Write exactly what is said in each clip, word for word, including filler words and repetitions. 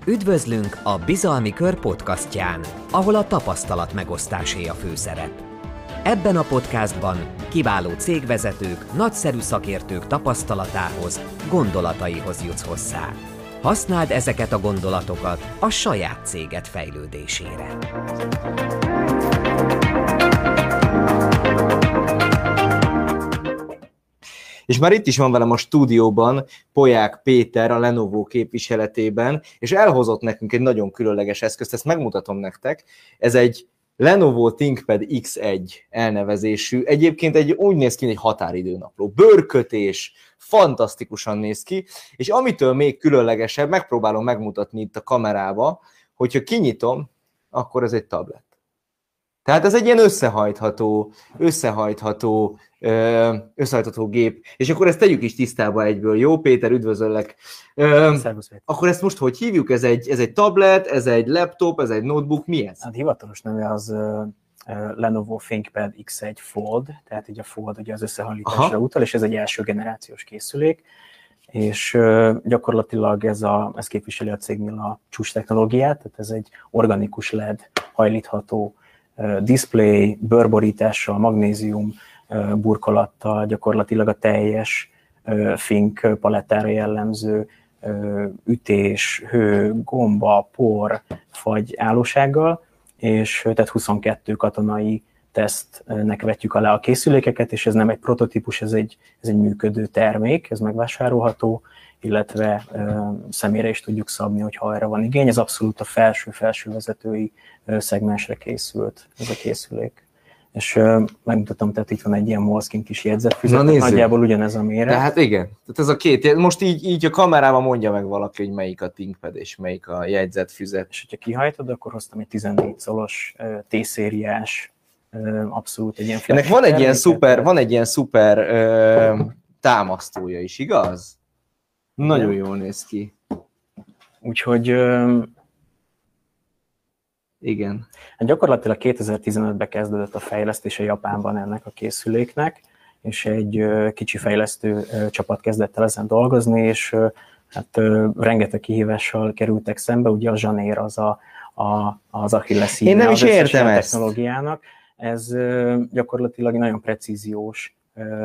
Üdvözlünk a Bizalmi Kör podcastján, ahol a tapasztalat megosztásé a főszerep. Ebben a podcastban kiváló cégvezetők, nagyszerű szakértők tapasztalatához, gondolataihoz jutsz hozzá. Használd ezeket a gondolatokat a saját céged fejlődésére. És már itt is van velem a stúdióban Polyák Péter a Lenovo képviseletében, és elhozott nekünk egy nagyon különleges eszközt, ezt megmutatom nektek. Ez egy Lenovo ThinkPad iksz egy elnevezésű, egyébként egy úgy néz ki, egy határidőnapló, bőrkötés, fantasztikusan néz ki, és amitől még különlegesebb, megpróbálom megmutatni itt a kamerába, hogyha kinyitom, akkor ez egy tablet. Tehát ez egy ilyen összehajtható, összehajtható, összehajtható gép. És akkor ezt tegyük is tisztába egyből. Jó, Péter, üdvözöllek. Szervusz, Péter. Akkor ezt most hogy hívjuk? Ez egy, ez egy tablet, ez egy laptop, ez egy notebook, mi ez? Hát hivatalos neve az uh, Lenovo ThinkPad iksz egy Fold, tehát így a Fold ugye az összehajlításra utal, és ez egy első generációs készülék. És uh, gyakorlatilag ez, a, ez képviseli a cégnél a csúcs technológiát, tehát ez egy organikus el é dé hajlítható uh, display, bőrborítással, magnézium uh, burkolattal, gyakorlatilag a teljes uh, Think palettára jellemző uh, ütés, hő, gomba, por, fagy állósággal, és tehát huszonkettő katonai tesztnek vetjük alá a készülékeket, és ez nem egy prototípus, ez egy, ez egy működő termék, ez megvásárolható, illetve ö, személyre is tudjuk szabni, hogyha erre van igény. Ez abszolút a felső-felső vezetői ö, szegmensre készült ez a készülék. És ö, megmutatom, tehát itt van egy ilyen Moleskine kis jegyzetfüzet, nagyjából ugyanez a méret. Tehát igen, tehát ez a két, most így, így a kamerában mondja meg valaki, hogy melyik a ThinkPad és melyik a jegyzetfüzet. És hogyha kihajtod, akkor hoztam egy tizennégy szolos T-szériás, abszolút egy ilyen ennek van egy ilyen szuper, van egy ilyen szuper ö, támasztója is, igaz? Nagyon ja. Jól néz ki. Úgyhogy ö, igen. Hát gyakorlatilag kétezer-tizenötben kezdődött a fejlesztése Japánban ennek a készüléknek, és egy ö, kicsi fejlesztő ö, csapat kezdett el ezen dolgozni, és ö, hát ö, rengeteg kihívással kerültek szembe, ugye a zsanér az a, a, az achilleszíne az összes technológiának. Ez gyakorlatilag nagyon precíziós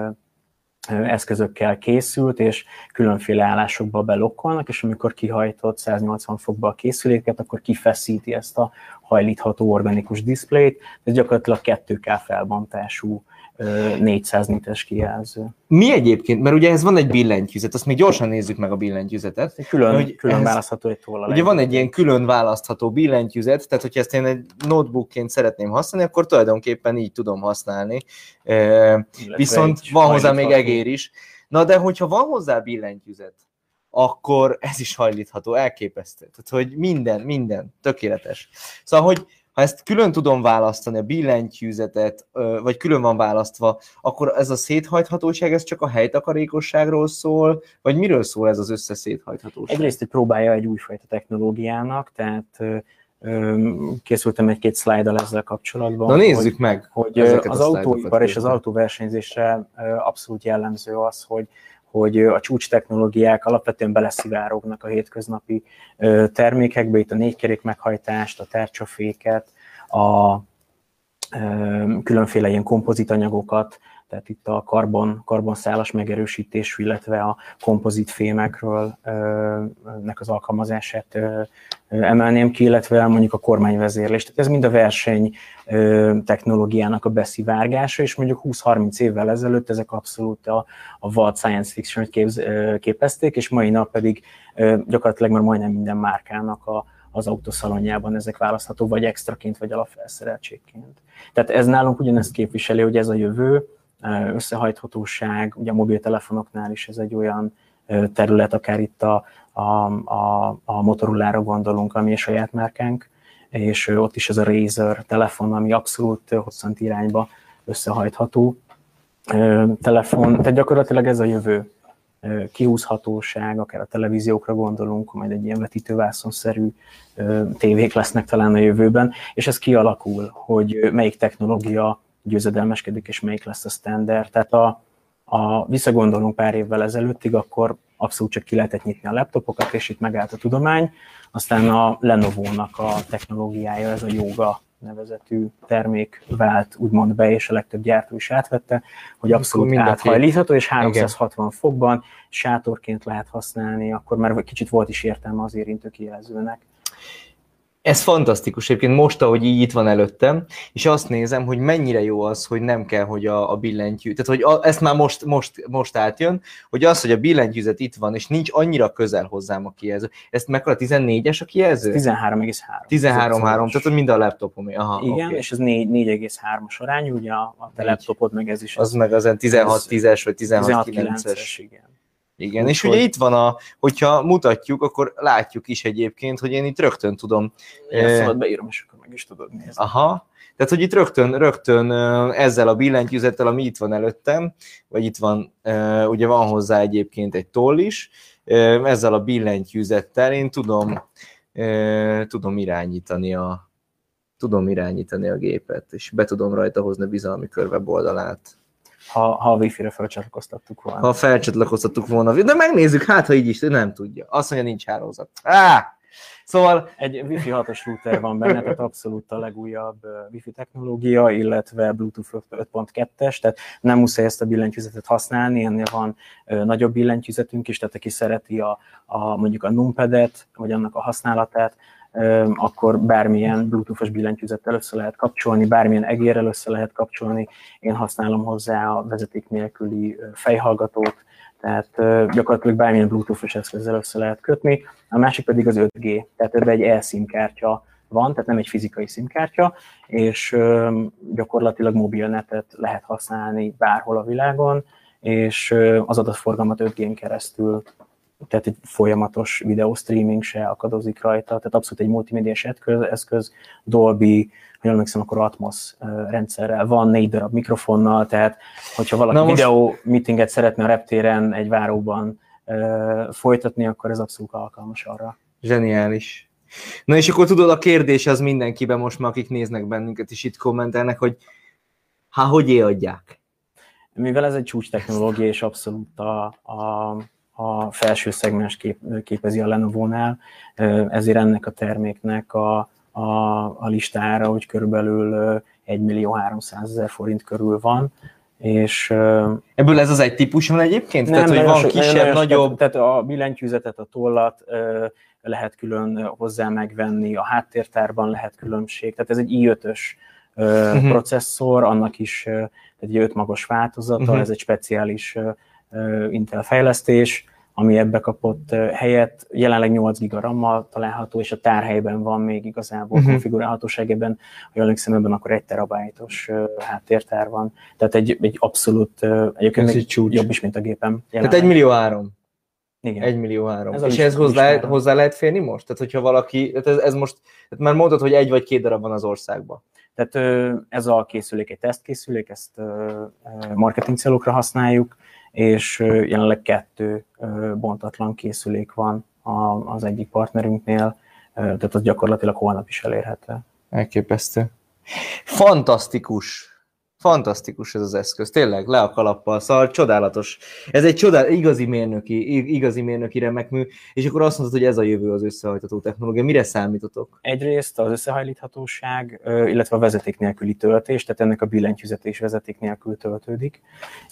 eszközökkel készült, és különféle állásokba belokkolnak, és amikor kihajtott száznyolcvan fokba a készüléket, akkor kifeszíti ezt a hajlítható organikus diszpléjt, ez gyakorlatilag kettő ká felbontású négyszáz nites kijelző. Mi egyébként, mert ugye ez van egy billentyűzet, azt még gyorsan nézzük meg a billentyűzetet. Külön, hogy külön választható egy tollal. Ugye van egy ilyen külön választható billentyűzet, tehát hogyha ezt én egy notebookként szeretném használni, akkor tulajdonképpen így tudom használni. E, viszont van hozzá még egér is. Na de hogyha van hozzá billentyűzet, akkor ez is hajlítható, elképesztő. Tehát hogy minden, minden, tökéletes. Szóval, hogy ha ezt külön tudom választani, a billentyűzetet, vagy külön van választva, akkor ez a széthajthatóság, ez csak a helytakarékosságról szól, vagy miről szól ez az összeszéthajthatóság? Egyrészt, hogy próbálja egy újfajta technológiának, tehát készültem egy-két szlájddal ezzel kapcsolatban. Na nézzük hogy, meg! Hogy az autóipar és az autóversenyzésre abszolút jellemző az, hogy hogy a csúcs technológiák alapvetően beleszivárognak a hétköznapi termékekbe, itt a négykerék meghajtást, a tárcsaféket, a különféle ilyen kompozitanyagokat, tehát itt a karbon, karbonszálas megerősítésű, illetve a kompozitfémekről nek az alkalmazását emelném ki, illetve mondjuk a kormányvezérlést. Tehát ez mind a verseny technológiának a beszivárgása, és mondjuk húsz-harminc évvel ezelőtt ezek abszolút a, a vad science fiction-t képz, képezték, és mai nap pedig gyakorlatilag már majdnem minden márkának a, az autószalonjában ezek választható, vagy extraként, vagy alapfelszereltségként. Tehát ez nálunk ugyanezt képviseli, hogy ez a jövő, összehajthatóság, ugye a mobiltelefonoknál is ez egy olyan terület, akár itt a, a, a, a Motorolára gondolunk, ami a saját márkánk, és ott is ez a Razer telefon, ami abszolút hosszant irányba összehajtható telefon, tehát gyakorlatilag ez a jövő. Kihúzhatóság, akár a televíziókra gondolunk, majd egy ilyen vetítővászonszerű tévék lesznek talán a jövőben, és ez kialakul, hogy melyik technológia győzedelmeskedik, és melyik lesz a standard. Tehát a, a, visszagondolunk pár évvel ezelőttig, akkor abszolút csak ki lehetett nyitni a laptopokat, és itt megállt a tudomány. Aztán a Lenovo-nak a technológiája, ez a Yoga nevezetű termék vált úgymond be, és a legtöbb gyártó is átvette, hogy abszolút áthajlítható, és háromszázhatvan igen. fokban sátorként lehet használni, akkor már kicsit volt is értelme az érintőkijelzőnek. Ez fantasztikus egyébként most, ahogy így itt van előttem, és azt nézem, hogy mennyire jó az, hogy nem kell, hogy a, a billentyű, tehát hogy a, ezt már most, most, most átjön, hogy az, hogy a billentyűzet itt van, és nincs annyira közel hozzám a kijelző. Ezt mekkora tizennégyes a kijelző? tizenhárom egész három. tizenhárom egész három, tehát mind a laptopom. Aha, igen, okay. És ez négy egész hármas arányú, ugye a, a te laptopod meg ez is. Az, az meg az tizenhat tízes vagy tizenhat kilences. Igen. Igen, és ugye itt van a, hogyha mutatjuk, akkor látjuk is egyébként, hogy én itt rögtön tudom. Ja, eh, szóval beírom, és akkor meg is tudod nézni. Aha, tehát hogy itt rögtön, rögtön ezzel a billentyűzettel, ami itt van előttem, vagy itt van, ugye van hozzá egyébként egy toll is, ezzel a billentyűzettel én tudom, tudom irányítani a, tudom irányítani a gépet, és be tudom rajta hozni a bizalmi kör weboldalát. Ha, ha a Wi-Fi-re felcsatlakoztattuk volna. Ha felcsatlakoztattuk volna. De megnézzük, hát ha így is, nem tudja. Azt mondja, nincs hálózat. Á! Szóval... Egy Wi-Fi hatos router van benne, tehát abszolút a legújabb Wi-Fi technológia, illetve Bluetooth öt pont kettes, tehát nem muszáj ezt a billentyűzetet használni, ennél van ö, nagyobb billentyűzetünk is, tehát aki szereti a, a, mondjuk a numpadet, vagy annak a használatát, akkor bármilyen bluetoothos billentyűzettel össze lehet kapcsolni, bármilyen egérrel össze lehet kapcsolni. Én használom hozzá a vezeték nélküli fejhallgatót, tehát gyakorlatilag bármilyen bluetoothos eszközzel össze lehet kötni. A másik pedig az öt G, tehát ebben egy eSIM kártya van, tehát nem egy fizikai SIM-kártya, és gyakorlatilag mobilnetet lehet használni bárhol a világon, és az adatforgalmat öt G-n keresztül, tehát egy folyamatos videostreaming se akadozik rajta, tehát abszolút egy multimédiás eszköz, Dolby, ha jól emlékszem, akkor Atmos rendszerrel van, négy darab mikrofonnal, tehát hogyha valaki most... videó meetinget szeretne a reptéren egy váróban uh, folytatni, akkor ez abszolút alkalmas arra. Zseniális. Na és akkor tudod, a kérdés az mindenkiben most már, akik néznek bennünket és itt kommentelnek, hogy hát hogy éladják? Mivel ez egy csúcs technológia, és abszolút a, a a felső szegmens kép, képezi a Lenovo-nál, ezért ennek a terméknek a, a, a listára, hogy körülbelül egy millió háromszázezer forint körül van, és... Ebből ez az egy típus van egyébként? Nem, tehát, hogy van sok, kisebb, nagyon, nagyobb... Tehát, tehát a billentyűzetet, a tollat lehet külön hozzá megvenni, a háttértárban lehet különbség, tehát ez egy i ötös uh-huh. processzor, annak is egy öt magos változata, uh-huh. ez egy speciális Intel fejlesztés, ami ebbe kapott helyet, jelenleg nyolc giga RAM-mal található, és a tárhelyben van még igazából uh-huh. konfigurálhatóság, ebben, ha jól emlékszem, ebben akkor egy terabájtos háttértár van. Tehát egy, egy abszolút, egyébként még jobb is, mint a gépem. Jelenleg. Tehát egy millió három. Igen. Egy millió három. Ez és ez hozzá, hozzá lehet férni most? Tehát, hogyha valaki, tehát ez, ez most, tehát már mondod, hogy egy vagy két darab van az országban. Tehát ez a készülék egy tesztkészülék, ezt marketing célokra használjuk, és jelenleg kettő bontatlan készülék van az egyik partnerünknél, tehát az gyakorlatilag holnap is elérhető. Elképesztő. Fantasztikus! Fantasztikus ez az eszköz, tényleg, le a kalappal, szóval csodálatos. Ez egy csodálatos, igazi mérnöki, igazi mérnöki remek mű, és akkor azt mondod, hogy ez a jövő az összehajtható technológia. Mire számítotok? Egyrészt az összehajlíthatóság, illetve a vezeték nélküli töltés, tehát ennek a billentyűzetés vezeték nélkül töltődik,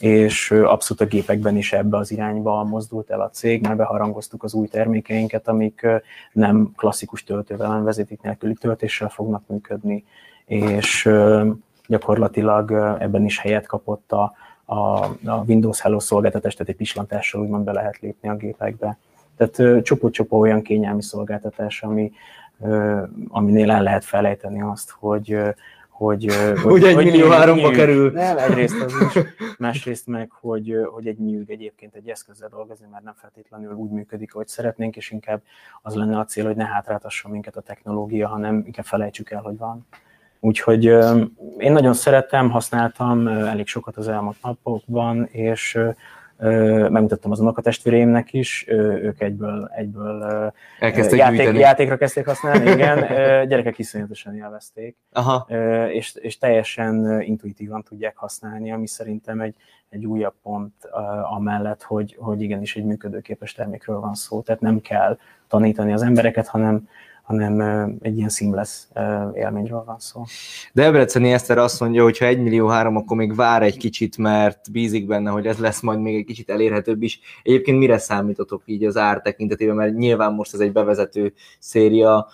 és abszolút a gépekben is ebbe az irányba mozdult el a cég, mert beharangoztuk az új termékeinket, amik nem klasszikus töltővel, hanem vezeték nélküli töltéssel fognak működni, és gyakorlatilag ebben is helyet kapott a, a, a Windows Hello szolgáltatás, tehát egy pislantással úgymond be lehet lépni a gépekbe. Tehát csopó-csopó olyan kényelmi szolgáltatás, ami, aminél el lehet felejteni azt, hogy hogy, hogy egy millió háromba kerül. Nem, egyrészt az is, másrészt meg, hogy, hogy egy nyűg egyébként egy eszközzel dolgozni, mert nem feltétlenül úgy működik, ahogy szeretnénk, és inkább az lenne a cél, hogy ne hátráltasson minket a technológia, hanem inkább felejtsük el, hogy van. Úgyhogy én nagyon szeretem, használtam elég sokat az elmúlt napokban, és megmutattam az unokatestvéreimnek is, ők egyből, egyből játék, játékra kezdték használni, igen, gyerekek iszonyatosan élvezték, Aha. És, és teljesen intuitívan tudják használni, ami szerintem egy, egy újabb pont amellett, hogy, hogy igenis egy működőképes termékről van szó, tehát nem kell tanítani az embereket, hanem hanem egy ilyen seamless élményről van szó. De Debreceni Eszter azt mondja, hogy ha egy millió három, akkor még vár egy kicsit, mert bízik benne, hogy ez lesz majd még egy kicsit elérhetőbb is. Egyébként mire számítotok így az ár tekintetében, mert nyilván most ez egy bevezető széria,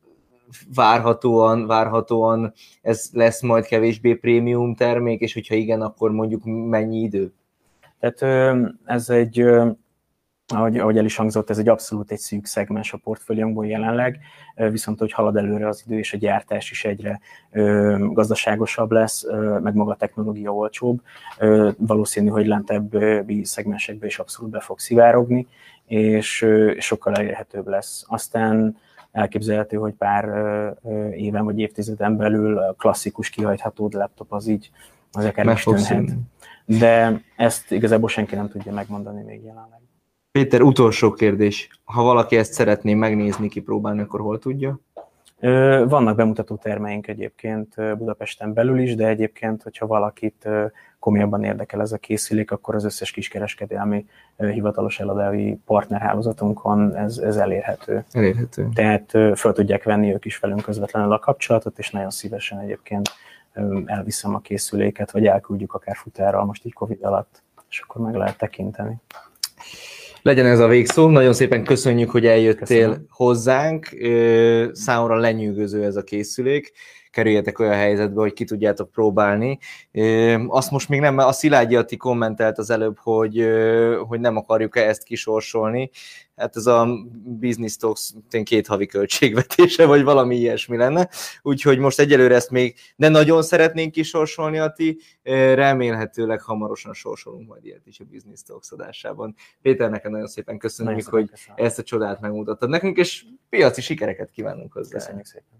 várhatóan, várhatóan ez lesz majd kevésbé prémium termék, és hogyha igen, akkor mondjuk mennyi idő? Tehát ez egy... Ahogy, ahogy el is hangzott, ez egy abszolút egy szűk szegmens a portfóliónkból jelenleg, viszont hogy halad előre az idő, és a gyártás is egyre ö, gazdaságosabb lesz, ö, meg maga a technológia olcsóbb, ö, valószínű, hogy lentebbi szegmensekbe is abszolút be fog szivárogni, és ö, sokkal elérhetőbb lesz. Aztán elképzelhető, hogy pár ö, éven vagy évtizeden belül a klasszikus kihajtható laptop az így az akár is tűnhet. De ezt igazából senki nem tudja megmondani még jelenleg. Péter, utolsó kérdés. Ha valaki ezt szeretné megnézni, kipróbálni, akkor hol tudja? Vannak bemutató termeink egyébként Budapesten belül is, de egyébként, hogyha valakit komolyabban érdekel ez a készülék, akkor az összes kiskereskedelmi hivatalos eladói partnerhálózatunkon ez, ez elérhető. Elérhető. Tehát fel tudják venni ők is velünk közvetlenül a kapcsolatot, és nagyon szívesen egyébként elviszem a készüléket, vagy elküldjük akár futárral most így Covid alatt, és akkor meg lehet tekinteni. Legyen ez a végszó. Nagyon szépen köszönjük, hogy eljöttél Köszönöm. hozzánk. Számomra lenyűgöző ez a készülék. Kerüljetek olyan helyzetbe, hogy ki tudjátok próbálni. Azt most még nem, mert a Szilágyi Atti kommentelt az előbb, hogy, hogy nem akarjuk-e ezt kisorsolni. Hát ez a Business Talks két havi költségvetése, vagy valami ilyesmi lenne. Úgyhogy most egyelőre ezt még de nagyon szeretnénk kisorsolni, Atti. Remélhetőleg hamarosan sorsolunk majd ilyet is a Business Talks adásában. Péter, neked nagyon szépen köszönjük, nagyon hogy köszönöm. Ezt a csodát megmutattad nekünk, és piaci sikereket kívánunk hozzá. Köszönjük szépen.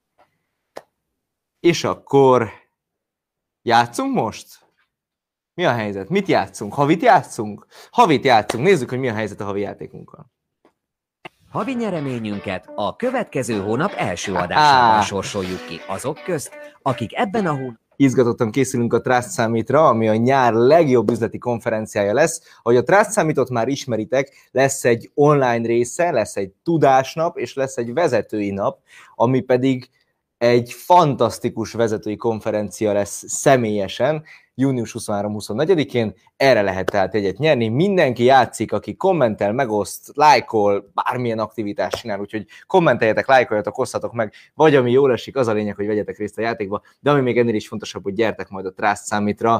És akkor játszunk most? Mi a helyzet? Mit játszunk? Havit játszunk? Havit játszunk. Nézzük, hogy mi a helyzet a havi játékunkkal. Havi nyereményünket a következő hónap első adásában ah. sorsoljuk ki azok közt, akik ebben a hónapban... Izgatottan készülünk a Trust Summitra, ami a nyár legjobb üzleti konferenciája lesz. Ahogy a Trust Summitot már ismeritek, lesz egy online része, lesz egy tudásnap, és lesz egy vezetői nap, ami pedig egy fantasztikus vezetői konferencia lesz személyesen, június huszonhárom-huszonnegyedikén, erre lehet tehát egyet nyerni. Mindenki játszik, aki kommentel, megoszt, lájkol, bármilyen aktivitást csinál, úgyhogy kommenteljetek, lájkoljatok, osztatok meg, vagy ami jól esik, az a lényeg, hogy vegyetek részt a játékba, de ami még ennél is fontosabb, hogy gyertek majd a Trust Summitra.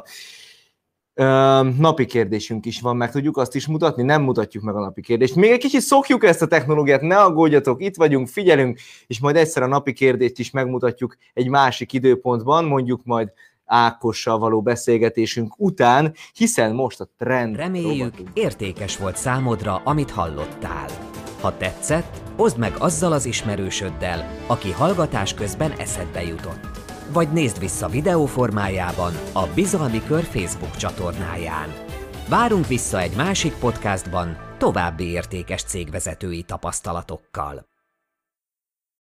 Napi kérdésünk is van, meg tudjuk azt is mutatni, nem mutatjuk meg a napi kérdést. Még egy kicsit szokjuk ezt a technológiát, ne aggódjatok, itt vagyunk, figyelünk, és majd egyszer a napi kérdést is megmutatjuk egy másik időpontban, mondjuk majd Ákossal való beszélgetésünk után, hiszen most a trend... Reméljük, robotunk. Értékes volt számodra, amit hallottál. Ha tetszett, oszd meg azzal az ismerősöddel, aki hallgatás közben eszedbe jutott. Vagy nézd vissza videó formájában a Bizalmi Kör Facebook csatornáján. Várunk vissza egy másik podcastban további értékes cégvezetői tapasztalatokkal.